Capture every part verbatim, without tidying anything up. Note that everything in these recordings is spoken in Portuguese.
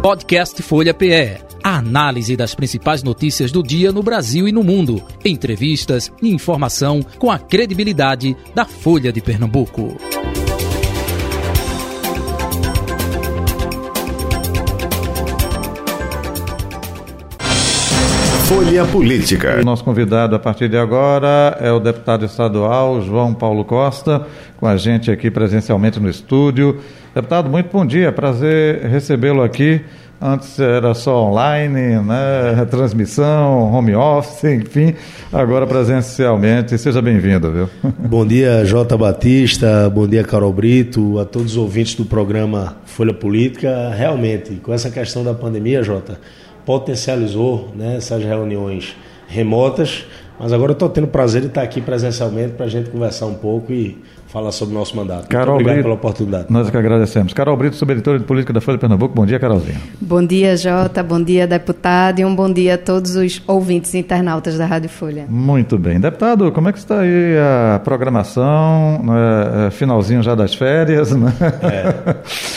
Podcast Folha P E. A análise das principais notícias do dia no Brasil e no mundo. Entrevistas e informação com a credibilidade da Folha de Pernambuco. Folha Política. O nosso convidado a partir de agora é o deputado estadual João Paulo Costa, com a gente aqui presencialmente no estúdio. Deputado, muito bom dia, prazer recebê-lo aqui. Antes era só online, né? Transmissão, home office, enfim, agora presencialmente. Seja bem-vindo, viu? Bom dia, Jota Batista, bom dia, Carol Brito, a todos os ouvintes do programa Folha Política. Realmente, com essa questão da pandemia, Jota, potencializou, né, essas reuniões remotas, mas agora eu estou tendo o prazer de estar aqui presencialmente para a gente conversar um pouco e falar sobre o nosso mandato. Carol Muito obrigado Brito, pela oportunidade. Nós que agradecemos. Carol Brito, subeditora de Política da Folha de Pernambuco. Bom dia, Carolzinha. Bom dia, Jota. Bom dia, deputado. E um bom dia a todos os ouvintes e internautas da Rádio Folha. Muito bem. Deputado, como é que está aí a programação? Né? Finalzinho já das férias, né? É.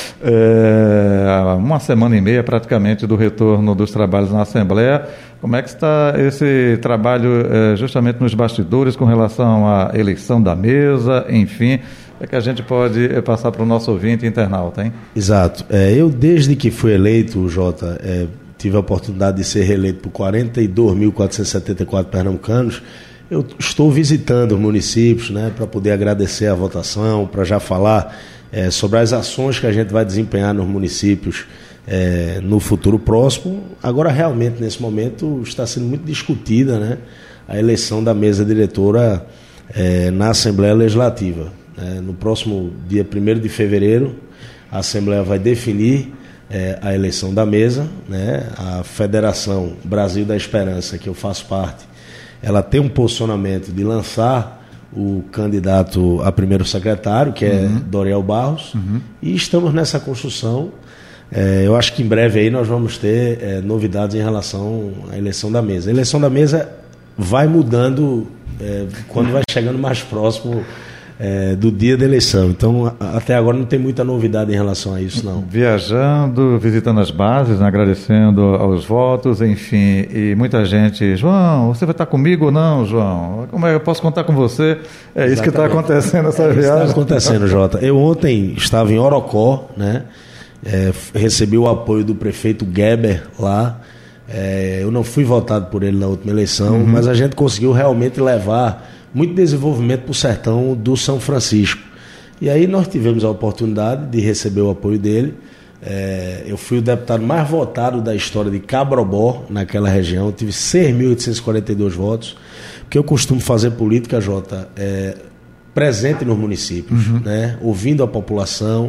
É, uma semana e meia praticamente do retorno dos trabalhos na Assembleia. Como é que está esse trabalho é, justamente nos bastidores com relação à eleição da mesa, enfim, é que a gente pode é, passar para o nosso ouvinte internauta, hein? Exato. É, eu, desde que fui eleito, Jota, é, tive a oportunidade de ser reeleito por quarenta e dois mil quatrocentos e setenta e quatro pernambucanos. Eu estou visitando os municípios, né, para poder agradecer a votação, para já falar é, sobre as ações que a gente vai desempenhar nos municípios É, no futuro próximo. Agora, realmente, nesse momento, está sendo muito discutida, né, a eleição da mesa diretora é, na Assembleia Legislativa. É, no próximo dia primeiro de fevereiro, a Assembleia vai definir é, a eleição da mesa, né. A Federação Brasil da Esperança, que eu faço parte, ela tem um posicionamento de lançar o candidato a primeiro secretário, que é uhum. Doriel Barros, uhum. e estamos nessa construção. É, eu acho que em breve aí nós vamos ter é, novidades em relação à eleição da mesa. A eleição da mesa vai mudando é, quando vai chegando mais próximo é, do dia da eleição. Então, a, até agora não tem muita novidade em relação a isso, não. Viajando, visitando as bases, né, agradecendo aos votos, enfim, e muita gente, João, você vai estar comigo ou não, João? Como é que eu posso contar com você? É isso Exatamente. Que está acontecendo nessa é viagem. Isso está acontecendo, Jota. Eu ontem estava em Orocó, né? É, recebi o apoio do prefeito Geber lá. É, eu não fui votado por ele na última eleição, uhum. mas a gente conseguiu realmente levar muito desenvolvimento para o sertão do São Francisco. E aí nós tivemos a oportunidade de receber o apoio dele. É, eu fui o deputado mais votado da história de Cabrobó, naquela região. Eu tive seis mil oitocentos e quarenta e dois votos, porque eu costumo fazer política, Jota, é, presente nos municípios, uhum. né, ouvindo a população.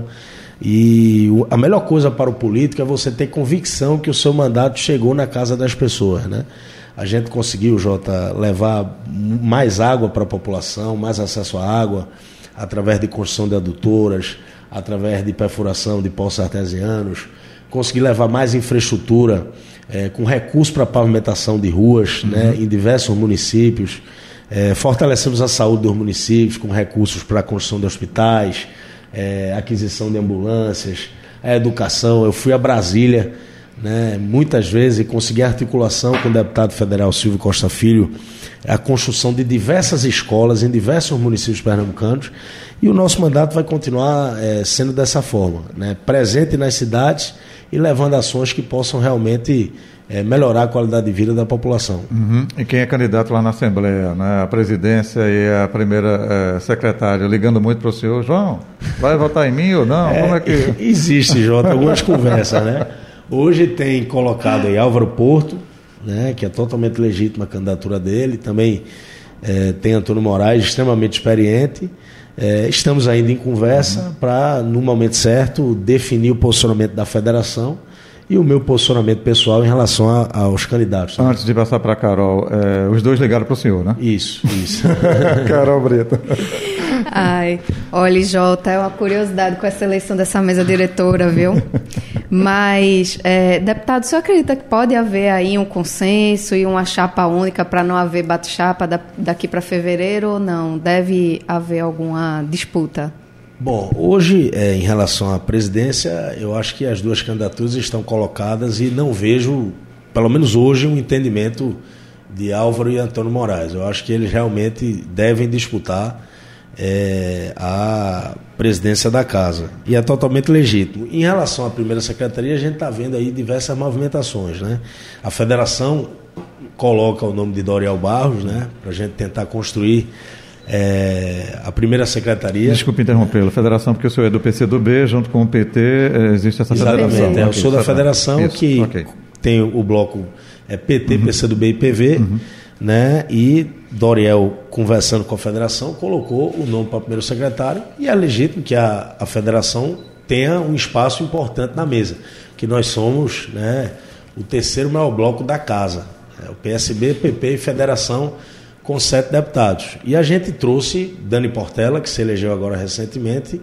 E a melhor coisa para o político é você ter convicção que o seu mandato chegou na casa das pessoas, né? A gente conseguiu, Jota, levar mais água para a população, mais acesso à água, através de construção de adutoras, através de perfuração de poços artesianos, consegui levar mais infraestrutura, é, com recursos para pavimentação de ruas, uhum. né, em diversos municípios, é, fortalecemos a saúde dos municípios com recursos para a construção de hospitais, É, aquisição de ambulâncias, a educação. Eu fui a Brasília, né, muitas vezes, e consegui articulação com o deputado federal Silvio Costa Filho, a construção de diversas escolas em diversos municípios pernambucanos, e o nosso mandato vai continuar é, sendo dessa forma, né, presente nas cidades e levando ações que possam realmente é, melhorar a qualidade de vida da população. Uhum. E quem é candidato lá na Assembleia, né? A presidência e a primeira é, secretária, ligando muito para o senhor, João, vai votar em mim ou não? É, Como é que... Existe, Jota, algumas conversas, né? Hoje tem colocado aí Álvaro Porto, né, que é totalmente legítima a candidatura dele, também é, tem Antônio Moraes, extremamente experiente. É, estamos ainda em conversa uhum. para, no momento certo, definir o posicionamento da federação e o meu posicionamento pessoal em relação a, aos candidatos. Antes de passar para a Carol, é, os dois ligaram para o senhor, né? Isso, isso. Carol Brito. Ai, olha, Jota, é uma curiosidade com essa eleição dessa mesa diretora, viu? Mas, é, deputado, o senhor acredita que pode haver aí um consenso e uma chapa única para não haver bate-chapa da, daqui para fevereiro ou não? Deve haver alguma disputa? Bom, hoje, é, em relação à presidência, eu acho que as duas candidaturas estão colocadas e não vejo, pelo menos hoje, um entendimento de Álvaro e Antônio Moraes. Eu acho que eles realmente devem disputar é, a presidência da casa. E é totalmente legítimo. Em relação à primeira secretaria, a gente está vendo aí diversas movimentações, né? A federação coloca o nome de Doriel Barros, né? Para a gente tentar construir É, a primeira secretaria. Desculpe interrompê-lo, federação, porque o senhor é do P C do B, junto com o P T, existe essa Exatamente, federação. É, eu sou da federação Isso, que okay. tem o bloco é, P T, uhum. P C do B e P V, uhum. né? E Doriel, conversando com a federação, colocou o nome para o primeiro secretário, e é legítimo que a, a federação tenha um espaço importante na mesa, que nós somos, né, o terceiro maior bloco da casa, é, o P S B, P P e federação, com sete deputados. E a gente trouxe Dani Portela, que se elegeu agora recentemente,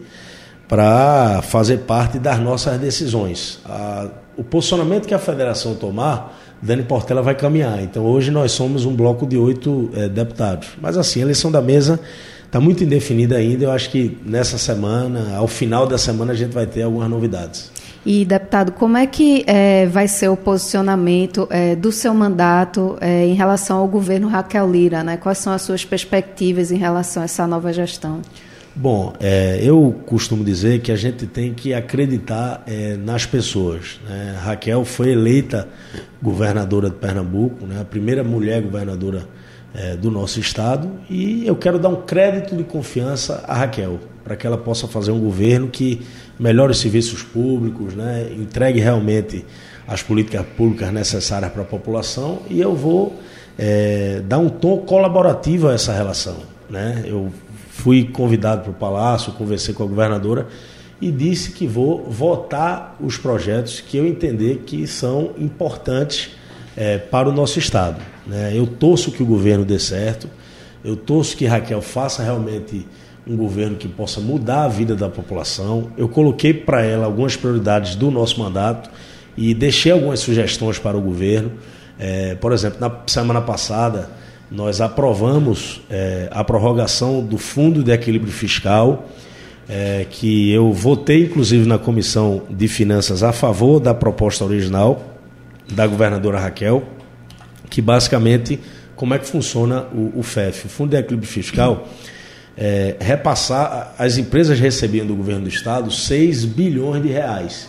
para fazer parte das nossas decisões. A, o posicionamento que a federação tomar, Dani Portela vai caminhar. Então hoje nós somos um bloco de oito é, deputados. Mas assim, a eleição da mesa está muito indefinida ainda. Eu acho que nessa semana, ao final da semana, a gente vai ter algumas novidades. E, deputado, como é que é, vai ser o posicionamento é, do seu mandato é, em relação ao governo Raquel Lira, né? Quais são as suas perspectivas em relação a essa nova gestão? Bom, é, eu costumo dizer que a gente tem que acreditar é, nas pessoas, né? Raquel foi eleita governadora de Pernambuco, né? A primeira mulher governadora é, do nosso estado, e eu quero dar um crédito de confiança a Raquel, para que ela possa fazer um governo que melhore os serviços públicos, né? Entregue realmente as políticas públicas necessárias para a população, e eu vou é, dar um tom colaborativo a essa relação, né? Eu fui convidado para o Palácio, conversei com a governadora e disse que vou votar os projetos que eu entender que são importantes é, para o nosso estado, né? Eu torço que o governo dê certo, eu torço que Raquel faça realmente um governo que possa mudar a vida da população. Eu coloquei para ela algumas prioridades do nosso mandato e deixei algumas sugestões para o governo. É, por exemplo, na semana passada, nós aprovamos é, a prorrogação do Fundo de Equilíbrio Fiscal, é, que eu votei, inclusive, na Comissão de Finanças a favor da proposta original da governadora Raquel, que basicamente, como é que funciona o, o F E F? O Fundo de Equilíbrio Fiscal... É, repassar, as empresas recebiam do governo do estado seis bilhões de reais,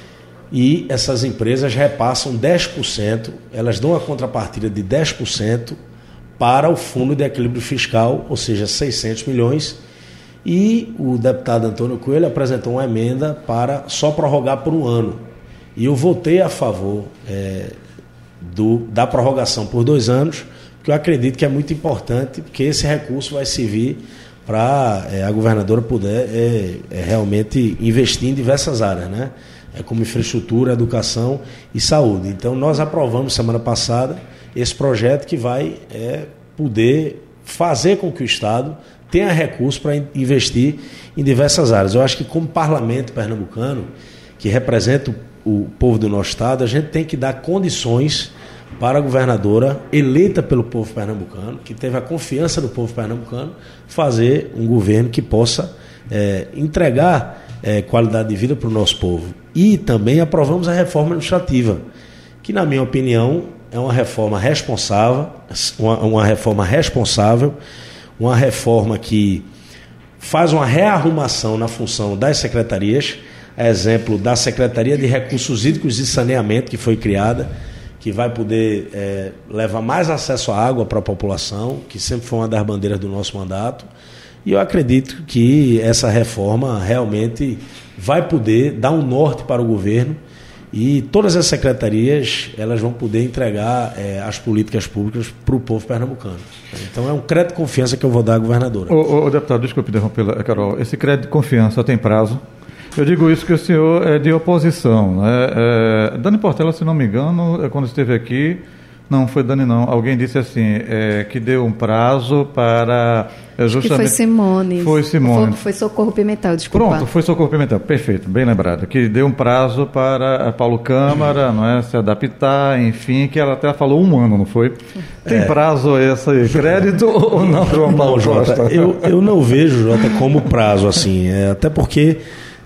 e essas empresas repassam dez por cento, elas dão a contrapartida de dez por cento para o Fundo de Equilíbrio Fiscal, ou seja, seiscentos milhões, e o deputado Antônio Coelho apresentou uma emenda para só prorrogar por um ano, e eu votei a favor é, do, da prorrogação por dois anos, porque eu acredito que é muito importante, porque esse recurso vai servir para é, a governadora poder é, é, realmente investir em diversas áreas, né? É, como infraestrutura, educação e saúde. Então nós aprovamos semana passada esse projeto que vai é, poder fazer com que o Estado tenha recursos para investir em diversas áreas. Eu acho que como parlamento pernambucano, que representa o, o povo do nosso Estado, a gente tem que dar condições para a governadora, eleita pelo povo pernambucano, que teve a confiança do povo pernambucano, fazer um governo que possa é, entregar é, qualidade de vida para o nosso povo. E também aprovamos a reforma administrativa, que, na minha opinião, é uma reforma responsável, uma, uma reforma responsável, uma reforma que faz uma rearrumação na função das secretarias, exemplo da Secretaria de Recursos Hídricos e Saneamento, que foi criada, que vai poder é, levar mais acesso à água para a população, que sempre foi uma das bandeiras do nosso mandato. E eu acredito que essa reforma realmente vai poder dar um norte para o governo, e todas as secretarias elas vão poder entregar é, as políticas públicas para o povo pernambucano. Então é um crédito de confiança que eu vou dar à governadora. Ô, ô, deputado, desculpe interromper, Carol, esse crédito de confiança tem prazo? Eu digo isso que o senhor é de oposição, né? É, Dani Portela, se não me engano, quando esteve aqui, não foi Dani não, alguém disse assim, é, que deu um prazo para É justamente, que foi Simone. Foi Simone. Foi, foi Socorro Pimentel, desculpa. Pronto, foi Socorro Pimentel, perfeito, bem lembrado. Que deu um prazo para a Paulo Câmara, não é, se adaptar, enfim, que ela até falou um ano, não foi? Tem é. prazo esse crédito ou não, João Paulo Costa? Jota, eu, eu não vejo, Jota, como prazo, assim, é, até porque...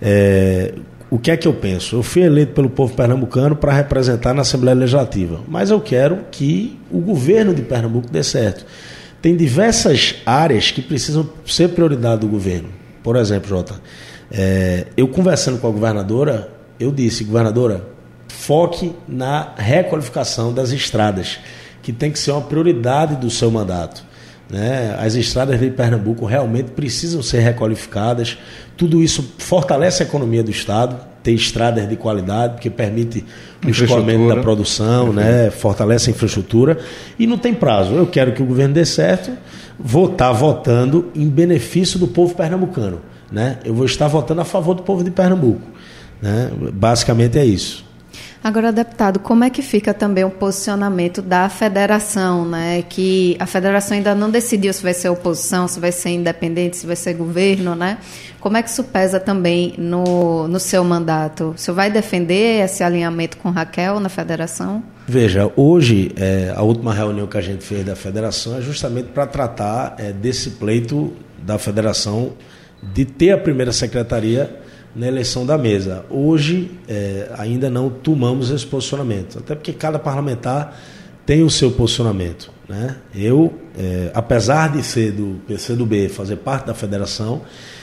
É, o que é que eu penso? Eu fui eleito pelo povo pernambucano para representar na Assembleia Legislativa, mas eu quero que o governo de Pernambuco dê certo. Tem diversas áreas que precisam ser prioridade do governo. Por exemplo, Jota, é, eu conversando com a governadora, eu disse, governadora, foque na requalificação das estradas, que tem que ser uma prioridade do seu mandato. Né? As estradas de Pernambuco realmente precisam ser requalificadas. Tudo isso fortalece a economia do Estado, ter estradas de qualidade, porque permite o escoamento da produção, né? Fortalece a infraestrutura e não tem prazo. Eu quero que o governo dê certo, vou estar votando em benefício do povo pernambucano. Né? Eu vou estar votando a favor do povo de Pernambuco. Né? Basicamente é isso. Agora, deputado, como é que fica também o posicionamento da federação, né? Que a federação ainda não decidiu se vai ser oposição, se vai ser independente, se vai ser governo, né? Como é que isso pesa também no, no seu mandato? O senhor vai defender esse alinhamento com Raquel na federação? Veja, hoje, é, a última reunião que a gente fez da federação é justamente para tratar é, desse pleito da federação de ter a primeira secretaria na eleição da mesa. Hoje é, ainda não tomamos esse posicionamento, até porque cada parlamentar tem o seu posicionamento. Né? Eu, é, apesar de ser do P C do B, fazer parte da federação,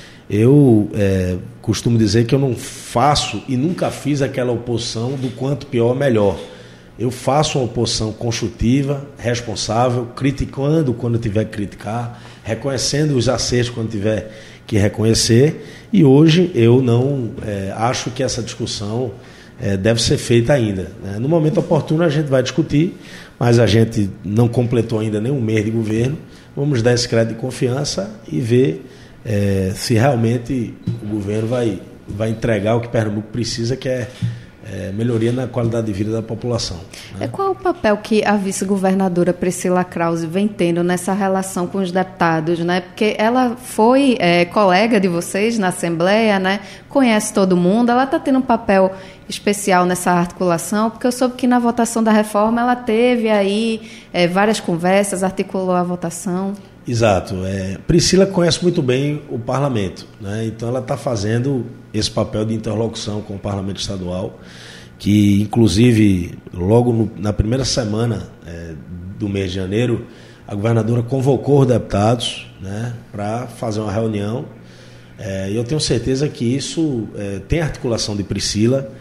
eu é, costumo dizer que eu não faço e nunca fiz aquela oposição do quanto pior, melhor. Eu faço uma oposição construtiva, responsável, criticando quando tiver que criticar, reconhecendo os acertos quando tiver que reconhecer, e hoje eu não é, acho que essa discussão é, deve ser feita ainda. Né? No momento oportuno a gente vai discutir, mas a gente não completou ainda nem um mês de governo, vamos dar esse crédito de confiança e ver é, se realmente o governo vai, vai entregar o que Pernambuco precisa, que é É, melhoria na qualidade de vida da população. Né? Qual é o papel que a vice-governadora Priscila Krause vem tendo nessa relação com os deputados? Né? Porque ela foi é, colega de vocês na Assembleia, né? Conhece todo mundo, ela está tendo um papel especial nessa articulação, porque eu soube que na votação da reforma ela teve aí é, várias conversas, articulou a votação. Exato. É, Priscila conhece muito bem o parlamento, né? Então ela está fazendo esse papel de interlocução com o parlamento estadual, que inclusive logo no, na primeira semana é, do mês de janeiro, a governadora convocou os deputados, né, para fazer uma reunião, é, e eu tenho certeza que isso é, tem articulação de Priscila.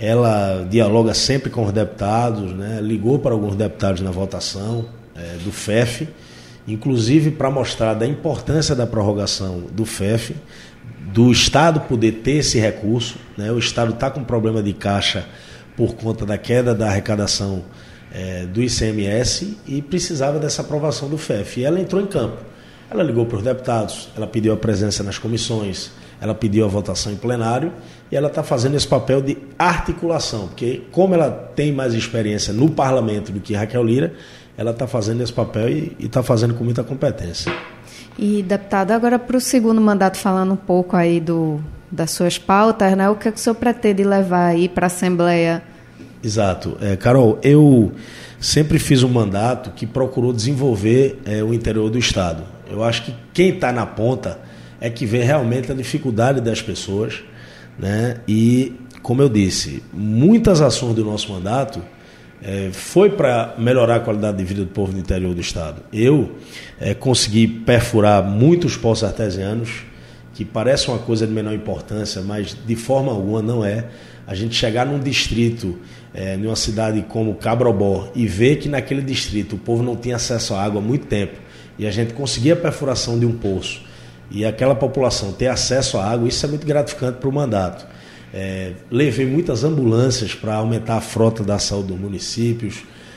Ela dialoga sempre com os deputados, né, ligou para alguns deputados na votação é, do F E F, inclusive para mostrar da importância da prorrogação do F E F, do Estado poder ter esse recurso. Né? O Estado está com problema de caixa por conta da queda da arrecadação é, do I C M S e precisava dessa aprovação do F E F. E ela entrou em campo. Ela ligou para os deputados, ela pediu a presença nas comissões, ela pediu a votação em plenário e ela está fazendo esse papel de articulação, porque como ela tem mais experiência no parlamento do que Raquel Lira, ela está fazendo esse papel e está fazendo com muita competência. E, deputado, agora para o segundo mandato, falando um pouco aí do, das suas pautas, né? O que, é que o senhor pretende levar aí para a Assembleia? Exato. É, Carol, eu sempre fiz um mandato que procurou desenvolver é, o interior do Estado. Eu acho que quem está na ponta é que vê realmente a dificuldade das pessoas, né? E, como eu disse, muitas ações do nosso mandato É, foi para melhorar a qualidade de vida do povo do interior do Estado. Eu é, consegui perfurar muitos poços artesianos, que parece uma coisa de menor importância, mas de forma alguma não é. A gente chegar num distrito, é, numa cidade como Cabrobó, e ver que naquele distrito o povo não tinha acesso à água há muito tempo, e a gente conseguir a perfuração de um poço, e aquela população ter acesso à água, isso é muito gratificante para o mandato. É, levei muitas ambulâncias para aumentar a frota da saúde dos municípios,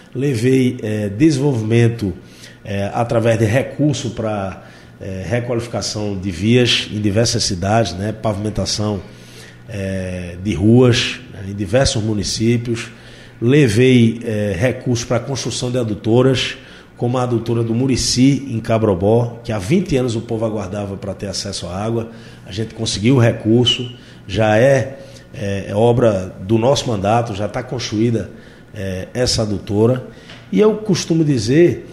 levei é, desenvolvimento é, através de recurso para é, requalificação de vias em diversas cidades, né, pavimentação é, de ruas, né, em diversos municípios, levei é, recursos para a construção de adutoras. como a adutora do Murici, em Cabrobó, que há vinte anos o povo aguardava para ter acesso à água. A gente conseguiu o recurso, já é, é, é obra do nosso mandato, já está construída é, essa adutora. E eu costumo dizer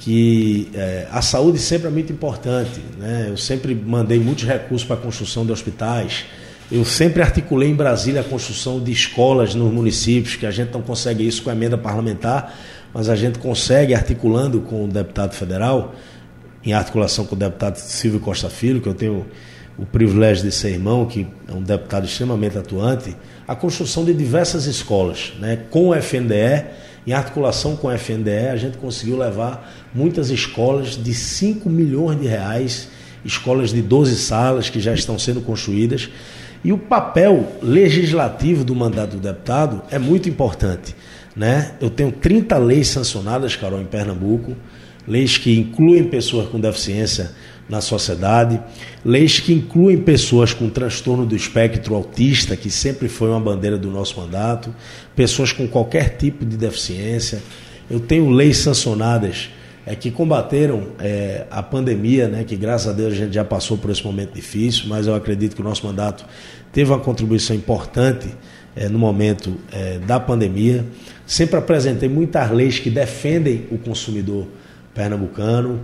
que é, a saúde sempre é muito importante, né? Eu sempre mandei muitos recursos para a construção de hospitais. Eu sempre articulei em Brasília a construção de escolas nos municípios, que a gente não consegue isso com a emenda parlamentar, mas a gente consegue articulando com o deputado federal, em articulação com o deputado Silvio Costa Filho, que eu tenho o privilégio de ser irmão, que é um deputado extremamente atuante, a construção de diversas escolas, né? Com o F N D E, em articulação com o F N D E, a gente conseguiu levar muitas escolas de cinco milhões de reais, escolas de doze salas que já estão sendo construídas. E o papel legislativo do mandato do deputado é muito importante, né? Eu tenho trinta leis sancionadas, Carol, em Pernambuco, leis que incluem pessoas com deficiência na sociedade, leis que incluem pessoas com transtorno do espectro autista, que sempre foi uma bandeira do nosso mandato, pessoas com qualquer tipo de deficiência. Eu tenho leis sancionadas é, que combateram é, a pandemia, né, que graças a Deus a gente já passou por esse momento difícil, mas eu acredito que o nosso mandato teve uma contribuição importante é, no momento é, da pandemia. Sempre apresentei muitas leis que defendem o consumidor pernambucano,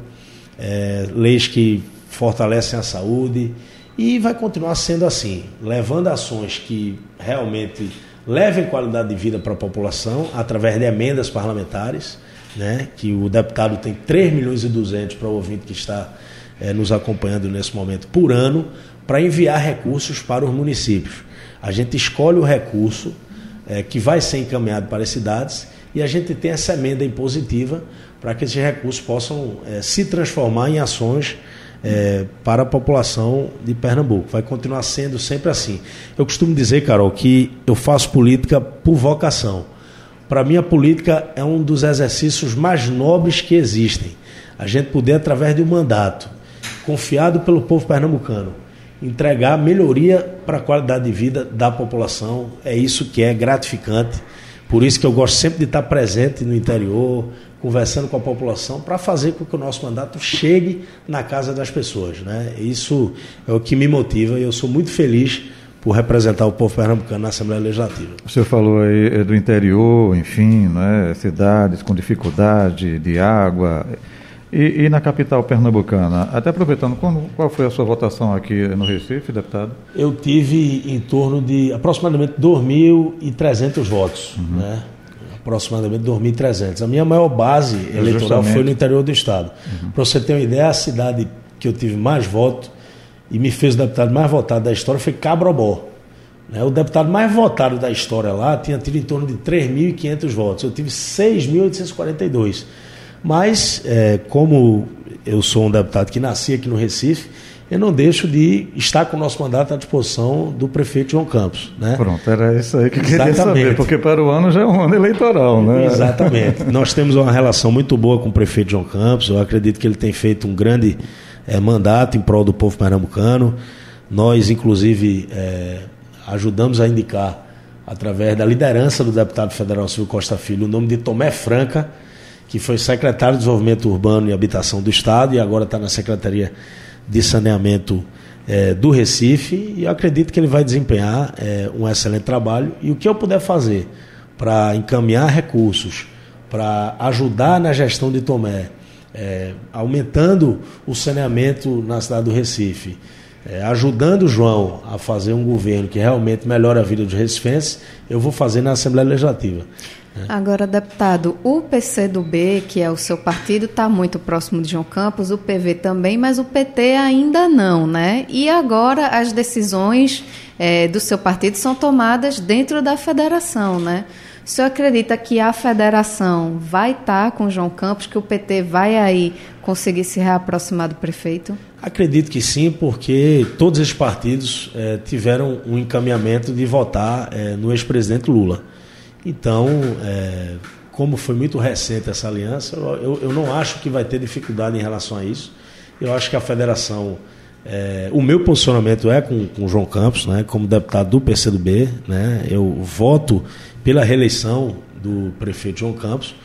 é, leis que fortalecem a saúde, e vai continuar sendo assim, levando ações que realmente levem qualidade de vida para a população através de emendas parlamentares, né, que o deputado tem três milhões e duzentos para o ouvinte que está é, nos acompanhando nesse momento por ano, para enviar recursos para os municípios. A gente escolhe o recurso é, que vai ser encaminhado para as cidades, e a gente tem essa emenda impositiva para que esses recursos possam é, se transformar em ações é, para a população de Pernambuco. Vai continuar sendo sempre assim. Eu costumo dizer, Carol, que eu faço política por vocação. Para mim, a política é um dos exercícios mais nobres que existem. A gente poder, através de um mandato confiado pelo povo pernambucano, entregar melhoria para a qualidade de vida da população, é isso que é gratificante. Por isso que eu gosto sempre de estar presente no interior, conversando com a população, para fazer com que o nosso mandato chegue na casa das pessoas, né? Isso é o que me motiva, e eu sou muito feliz por representar o povo pernambucano na Assembleia Legislativa. O senhor falou aí do interior, enfim, né, cidades com dificuldade de água, e, e na capital pernambucana. Até aproveitando, quando, qual foi a sua votação aqui no Recife, deputado? Eu tive em torno de aproximadamente dois mil e trezentos votos, uhum. né? Aproximadamente dois mil e trezentos. A minha maior base é eleitoral justamente foi no interior do estado. Uhum. Para você ter uma ideia, a cidade que eu tive mais votos e me fez o deputado mais votado da história foi Cabrobó. O deputado mais votado da história lá tinha tido em torno de três mil e quinhentos votos. Eu tive seis mil oitocentos e quarenta e dois. Mas, é, como eu sou um deputado que nasci aqui no Recife, eu não deixo de estar com o nosso mandato à disposição do prefeito João Campos, né? Pronto, era isso aí que eu queria saber, porque para o ano já é um ano eleitoral, né? Exatamente. Nós temos uma relação muito boa com o prefeito João Campos. Eu acredito que ele tem feito um grande é, mandato em prol do povo pernambucano. Nós, inclusive, é, ajudamos a indicar, através da liderança do deputado federal Silvio Costa Filho, o nome de Tomé Franca, que foi secretário de Desenvolvimento Urbano e Habitação do Estado e agora está na Secretaria de Saneamento é, do Recife, e eu acredito que ele vai desempenhar é, um excelente trabalho. E o que eu puder fazer para encaminhar recursos, para ajudar na gestão de Tomé, é, aumentando o saneamento na cidade do Recife, é, ajudando o João a fazer um governo que realmente melhore a vida dos recifenses, eu vou fazer na Assembleia Legislativa. Agora, deputado, o P C do B, que é o seu partido, está muito próximo de João Campos, o P V também, mas o P T ainda não, né? E agora as decisões é, do seu partido são tomadas dentro da federação, né? O senhor acredita que a federação vai estar com João Campos, que o P T vai aí conseguir se reaproximar do prefeito? Acredito que sim, porque todos esses partidos é, tiveram um encaminhamento de votar é, no ex-presidente Lula. Então, é, como foi muito recente essa aliança, eu, eu não acho que vai ter dificuldade em relação a isso. Eu acho que a federação, é, o meu posicionamento é com o João Campos, né, como deputado do P C do B, né, eu voto pela reeleição do prefeito João Campos,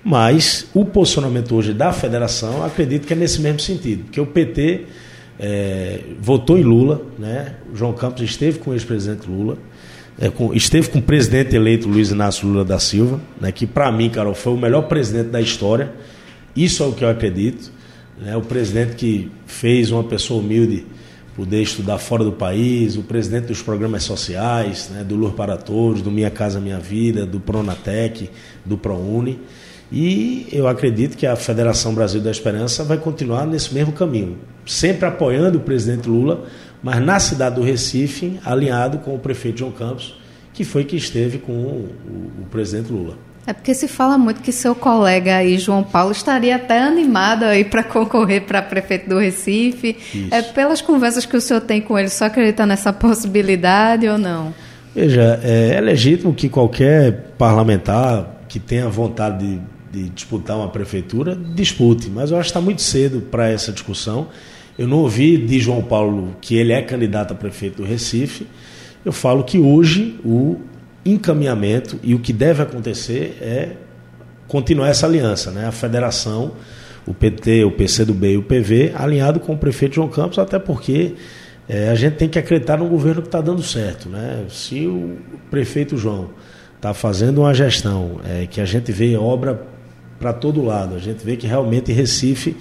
Mas o posicionamento hoje da federação, acredito que é nesse mesmo sentido, porque o P T é, votou em Lula, né? O João Campos esteve com o ex-presidente Lula, é, com, esteve com o presidente eleito Luiz Inácio Lula da Silva, né? Que para mim, Carol, foi o melhor presidente da história. Isso é o que eu acredito, né? O presidente que fez uma pessoa humilde poder estudar fora do país, o presidente dos programas sociais, né? Do Lula para Todos, do Minha Casa Minha Vida, do Pronatec, do ProUni. E eu acredito que a Federação Brasil da Esperança vai continuar nesse mesmo caminho, sempre apoiando o presidente Lula, mas na cidade do Recife, alinhado com o prefeito João Campos, que foi que esteve com o, o, o presidente Lula. É porque se fala muito que seu colega aí, João Paulo, estaria até animado aí para concorrer para prefeito do Recife. Isso. É pelas conversas que o senhor tem com ele, só acredita nessa possibilidade ou não? Veja, é, é legítimo que qualquer parlamentar que tenha vontade de, de disputar uma prefeitura, dispute, mas eu acho que está muito cedo para essa discussão. Eu não ouvi de João Paulo que ele é candidato a prefeito do Recife. Eu falo que hoje o encaminhamento e o que deve acontecer é continuar essa aliança, né? A federação, o P T, o P C do B e o P V, alinhado com o prefeito João Campos, até porque é, a gente tem que acreditar num governo que está dando certo, né? Se o prefeito João está fazendo uma gestão é, que a gente vê obra para todo lado, a gente vê que realmente Recife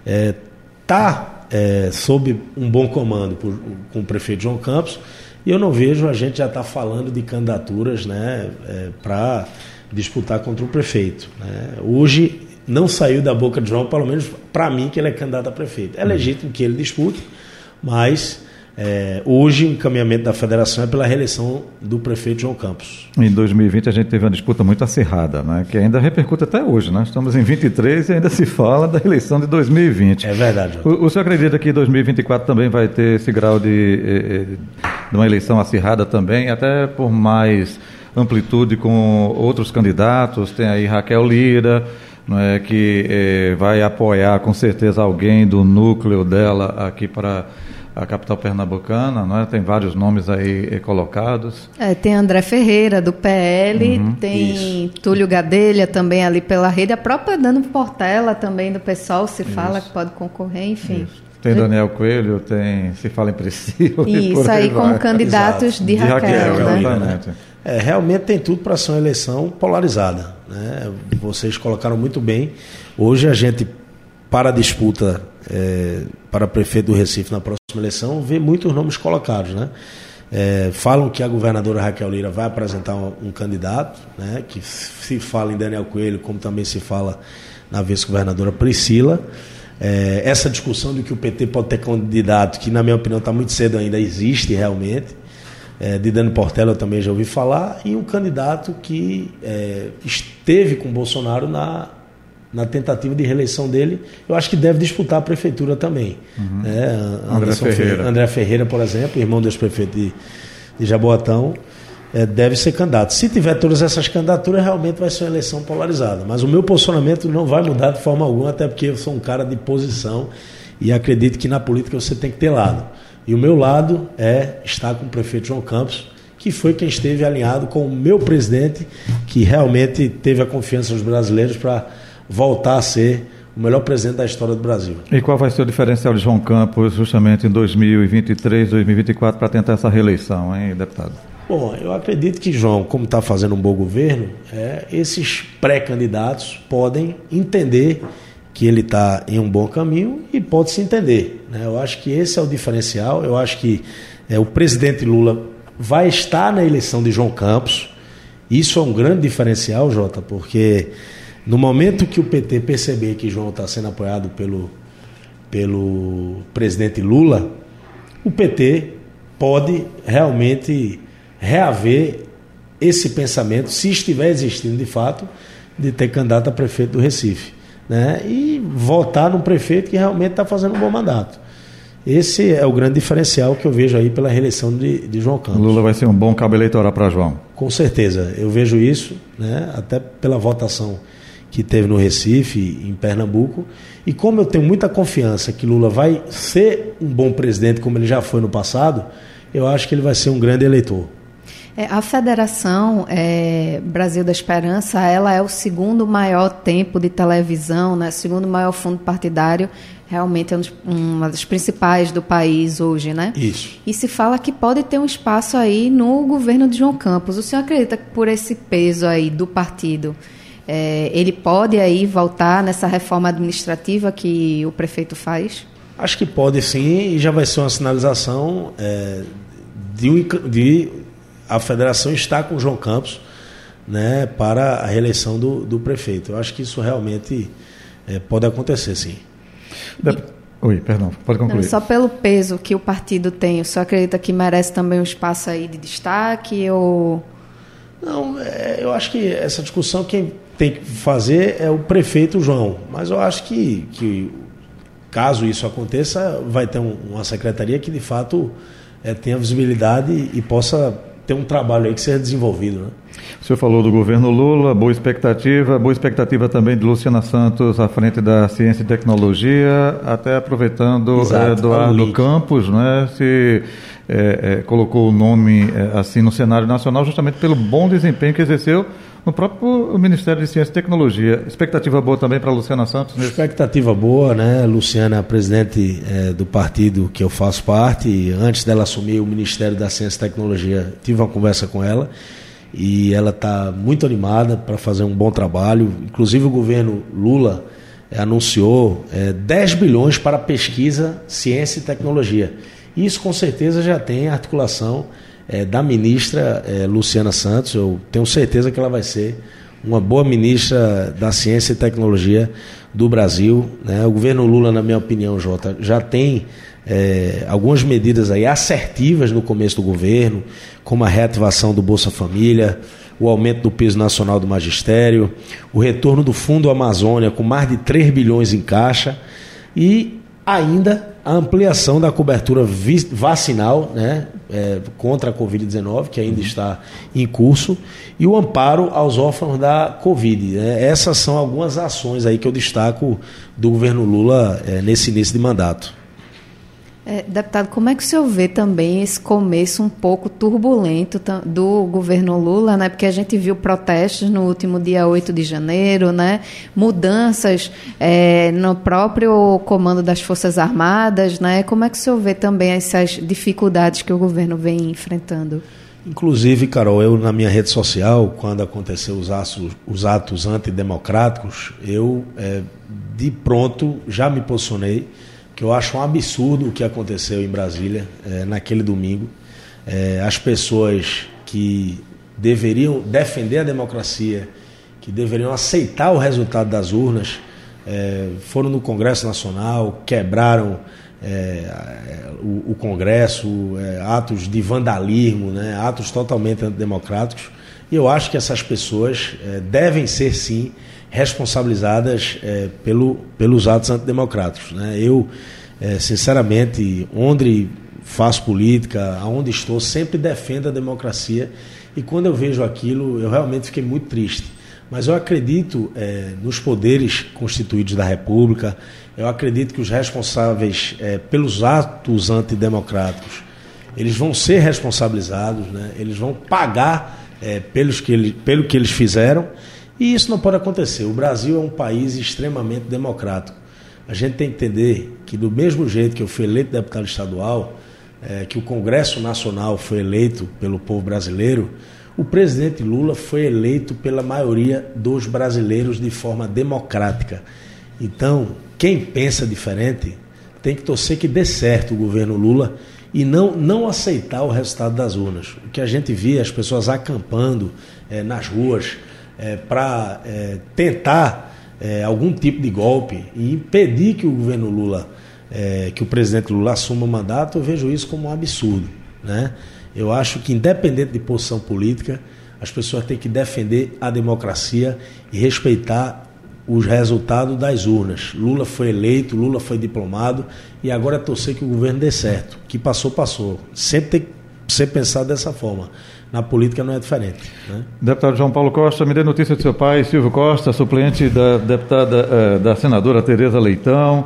está é, é, sob um bom comando por, com o prefeito João Campos. E eu não vejo, a gente já está falando de candidaturas, né, é, para disputar contra o prefeito, né? Hoje não saiu da boca de João, pelo menos para mim, que ele é candidato a prefeito. É legítimo que ele dispute, mas é, hoje o encaminhamento da federação é pela reeleição do prefeito João Campos. Em dois mil e vinte a gente teve uma disputa muito acirrada, né, que ainda repercute até hoje, né? Estamos em vinte e três e ainda se fala da eleição de dois mil e vinte. É verdade. O, o senhor acredita que dois mil e vinte e quatro também vai ter esse grau de, de uma eleição acirrada também, até por mais amplitude com outros candidatos? Tem aí Raquel Lira, não é, que eh, vai apoiar com certeza alguém do núcleo dela aqui para a capital pernambucana, não é? Tem vários nomes aí eh, colocados. É, tem André Ferreira, do P L, uhum. Tem Isso. Túlio Gadelha também ali pela rede, a própria Dano Portela também do PSOL se fala Isso. que pode concorrer, enfim. Isso. Tem Daniel Coelho, tem se fala em Priscila. Isso, aí com candidatos Exato. de Raquel. De Raquel né? né? É, realmente tem tudo para ser uma eleição polarizada, né? Vocês colocaram muito bem. Hoje a gente, para a disputa é, para prefeito do Recife na próxima eleição, vê muitos nomes colocados, né? É, falam que a governadora Raquel Lira vai apresentar um, um candidato, né? Que se fala em Daniel Coelho, como também se fala na vice-governadora Priscila. É, essa discussão de que o P T pode ter candidato, que na minha opinião está muito cedo ainda, existe realmente. É, de Dano Portela eu também já ouvi falar, e um candidato que é, esteve com o Bolsonaro na, na tentativa de reeleição dele, eu acho que deve disputar a prefeitura também. Uhum. É, André Ferreira. André Ferreira, por exemplo, irmão do ex-prefeito de, de Jaboatão, é, deve ser candidato. Se tiver todas essas candidaturas, realmente vai ser uma eleição polarizada. Mas o meu posicionamento não vai mudar de forma alguma, até porque eu sou um cara de posição e acredito que na política você tem que ter lado. E o meu lado é estar com o prefeito João Campos, que foi quem esteve alinhado com o meu presidente, que realmente teve a confiança dos brasileiros para voltar a ser o melhor presidente da história do Brasil. E qual vai ser o diferencial de João Campos justamente em dois mil e vinte e três, dois mil e vinte e quatro para tentar essa reeleição, hein, deputado? Bom, eu acredito que João, como está fazendo um bom governo, é, esses pré-candidatos podem entender que ele está em um bom caminho e pode se entender, né? Eu acho que esse é o diferencial. Eu acho que é, o presidente Lula vai estar na eleição de João Campos. Isso é um grande diferencial, Jota, porque no momento que o P T perceber que João está sendo apoiado pelo, pelo presidente Lula, o P T pode realmente reaver esse pensamento, se estiver existindo de fato, de ter candidato a prefeito do Recife, né? E votar num prefeito que realmente está fazendo um bom mandato. Esse é o grande diferencial que eu vejo aí pela reeleição de, de João Campos. Lula vai ser um bom cabo eleitoral para João. Com certeza, eu vejo isso, né? Até pela votação que teve no Recife, em Pernambuco, e como eu tenho muita confiança que Lula vai ser um bom presidente, como ele já foi no passado, eu acho que ele vai ser um grande eleitor. É, a Federação é, Brasil da Esperança, ela é o segundo maior tempo de televisão, né? O segundo maior fundo partidário, realmente é um dos, uma das principais do país hoje, né? Isso. E se fala que pode ter um espaço aí no governo de João Campos. O senhor acredita que por esse peso aí do partido, é, ele pode aí voltar nessa reforma administrativa que o prefeito faz? Acho que pode sim, e já vai ser uma sinalização é, de, um, de a federação estar com o João Campos, né, para a reeleição do, do prefeito. Eu acho que isso realmente é, pode acontecer, sim. E... Oi, perdão, pode concluir. Não, só pelo peso que o partido tem, o senhor acredita que merece também um espaço aí de destaque? Ou... Não, é, eu acho que essa discussão quem tem que fazer é o prefeito João, mas eu acho que... que caso isso aconteça, vai ter um, uma secretaria que, de fato, é, tenha visibilidade e, e possa ter um trabalho aí que seja desenvolvido. Né? O senhor falou do governo Lula, boa expectativa, boa expectativa também de Luciana Santos à frente da Ciência e Tecnologia, até aproveitando Exato, Eduardo Campos, né, se é, é, colocou o nome é, assim no cenário nacional justamente pelo bom desempenho que exerceu no próprio Ministério de Ciência e Tecnologia. Expectativa boa também para a Luciana Santos? Nesse... Expectativa boa, né? Luciana é a presidente é, do partido que eu faço parte. E antes dela assumir o Ministério da Ciência e Tecnologia, tive uma conversa com ela e ela está muito animada para fazer um bom trabalho. Inclusive o governo Lula é, anunciou é, dez bilhões para pesquisa, ciência e tecnologia. Isso com certeza já tem articulação É, da ministra é, Luciana Santos. Eu tenho certeza que ela vai ser uma boa ministra da Ciência e Tecnologia do Brasil, né? O governo Lula, na minha opinião, Jota, já tem é, algumas medidas aí assertivas no começo do governo, como a reativação do Bolsa Família, o aumento do peso nacional do magistério, o retorno do Fundo Amazônia com mais de três bilhões em caixa e ainda a ampliação da cobertura vacinal, né, é, contra a covid dezenove, que ainda está em curso, e o amparo aos órfãos da Covid. Né? Essas são algumas ações aí que eu destaco do governo Lula é, nesse início de mandato. É, deputado, como é que o senhor vê também esse começo um pouco turbulento do governo Lula, né? Porque a gente viu protestos no último dia oito de janeiro, né? Mudanças é, no próprio comando das Forças Armadas, né? Como é que o senhor vê também essas dificuldades que o governo vem enfrentando? Inclusive, Carol, eu na minha rede social, quando aconteceu os atos, os atos antidemocráticos, eu é, de pronto já me posicionei que eu acho um absurdo o que aconteceu em Brasília é, naquele domingo. É, as pessoas que deveriam defender a democracia, que deveriam aceitar o resultado das urnas, é, foram no Congresso Nacional, quebraram é, o, o Congresso, é, atos de vandalismo, né, atos totalmente antidemocráticos. E eu acho que essas pessoas é, devem ser, sim, responsabilizadas é, pelo, pelos atos antidemocráticos. Né? Eu, é, sinceramente, onde faço política, aonde estou, sempre defendo a democracia e quando eu vejo aquilo, eu realmente fiquei muito triste. Mas eu acredito é, nos poderes constituídos da República, eu acredito que os responsáveis é, pelos atos antidemocráticos, eles vão ser responsabilizados, né? Eles vão pagar é, pelos que ele, pelo que eles fizeram. E isso não pode acontecer. O Brasil é um país extremamente democrático. A gente tem que entender que do mesmo jeito que eu fui eleito deputado estadual, é, que o Congresso Nacional foi eleito pelo povo brasileiro, o presidente Lula foi eleito pela maioria dos brasileiros de forma democrática. Então, quem pensa diferente tem que torcer que dê certo o governo Lula e não, não aceitar o resultado das urnas. O que a gente via, as pessoas acampando é, nas ruas, É, para é, tentar é, algum tipo de golpe e impedir que o governo Lula, é, que o presidente Lula assuma o mandato, eu vejo isso como um absurdo. Né? Eu acho que, independente de posição política, as pessoas têm que defender a democracia e respeitar os resultados das urnas. Lula foi eleito, Lula foi diplomado e agora é torcer que o governo dê certo. O que passou, passou. Sempre tem que ser pensado dessa forma. Na política não é diferente. Né? Deputado João Paulo Costa, me dê notícia do seu pai, Silvio Costa, suplente da deputada, da senadora Tereza Leitão.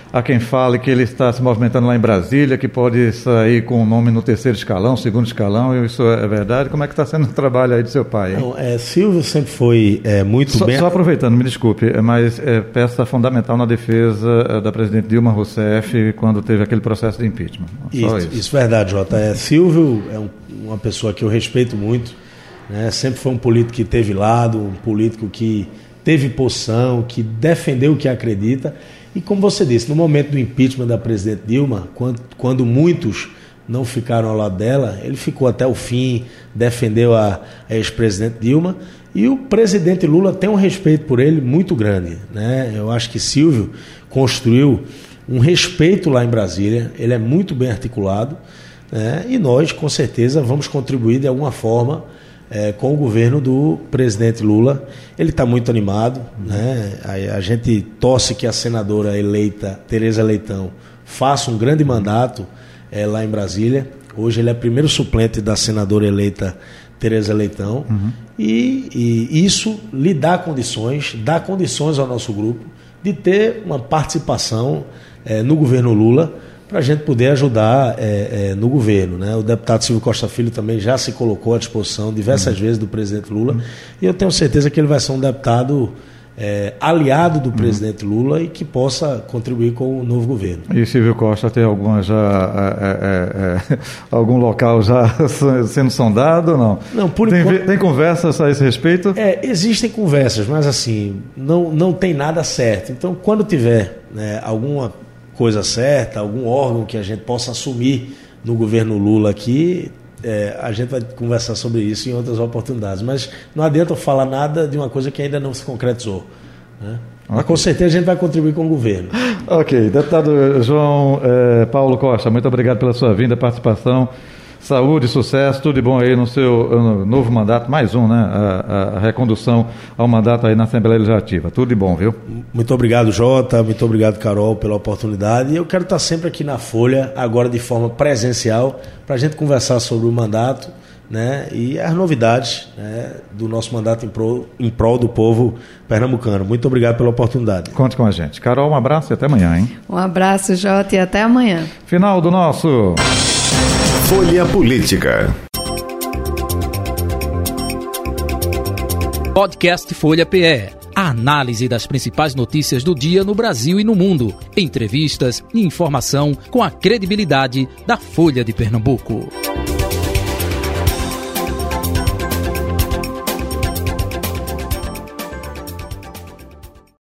Há quem fale que ele está se movimentando lá em Brasília, que pode sair com o nome no terceiro escalão, segundo escalão. Isso é verdade? Como é que está sendo o trabalho aí do seu pai? Não, é, Silvio sempre foi é, muito só, bem... Só aproveitando, me desculpe, mas é peça fundamental na defesa da presidente Dilma Rousseff quando teve aquele processo de impeachment. Isso, isso. isso é verdade, Jota. É, Silvio é um, uma pessoa que eu respeito muito, né? Sempre foi um político que teve lado, um político que teve posição, que defendeu o que acredita. E como você disse, no momento do impeachment da presidente Dilma, quando, quando muitos não ficaram ao lado dela, ele ficou até o fim, defendeu a, a ex-presidente Dilma, e o presidente Lula tem um respeito por ele muito grande, né? Eu acho que Silvio construiu um respeito lá em Brasília, ele é muito bem articulado, né? E nós, com certeza, vamos contribuir de alguma forma É, com o governo do presidente Lula. Ele está muito animado, né? a, a gente torce que a senadora eleita Tereza Leitão faça um grande mandato é, lá em Brasília. Hoje ele é primeiro suplente da senadora eleita Tereza Leitão, uhum. e, e isso lhe dá condições, dá condições ao nosso grupo de ter uma participação é, no governo Lula, para a gente poder ajudar é, é, no governo, né? O deputado Silvio Costa Filho também já se colocou à disposição diversas uhum. vezes do presidente Lula, uhum. e eu tenho certeza que ele vai ser um deputado é, aliado do uhum. presidente Lula e que possa contribuir com o novo governo. E Silvio Costa tem alguma já é, é, é, algum local já sendo sondado ou não? Não, por tem, enquanto... tem conversas a esse respeito? É, existem conversas, mas assim, não, não tem nada certo. Então, quando tiver né, alguma coisa certa, algum órgão que a gente possa assumir no governo Lula aqui, é, a gente vai conversar sobre isso em outras oportunidades. Mas não adianta eu falar nada de uma coisa que ainda não se concretizou, né? Okay. Mas com certeza a gente vai contribuir com o governo. Ok. Deputado João eh, Paulo Costa, muito obrigado pela sua vinda, participação. Saúde, sucesso, tudo de bom aí no seu no novo mandato, mais um, né? A, a recondução ao mandato aí na Assembleia Legislativa. Tudo de bom, viu? Muito obrigado, Jota. Muito obrigado, Carol, pela oportunidade. E eu quero estar sempre aqui na Folha, agora de forma presencial, para a gente conversar sobre o mandato, né? E as novidades, né, do nosso mandato em prol, em prol do povo pernambucano. Muito obrigado pela oportunidade. Conte com a gente. Carol, um abraço e até amanhã, hein? Um abraço, Jota, e até amanhã. Final do nosso... Folha Política. Podcast Folha P E. A análise das principais notícias do dia no Brasil e no mundo. Entrevistas e informação com a credibilidade da Folha de Pernambuco.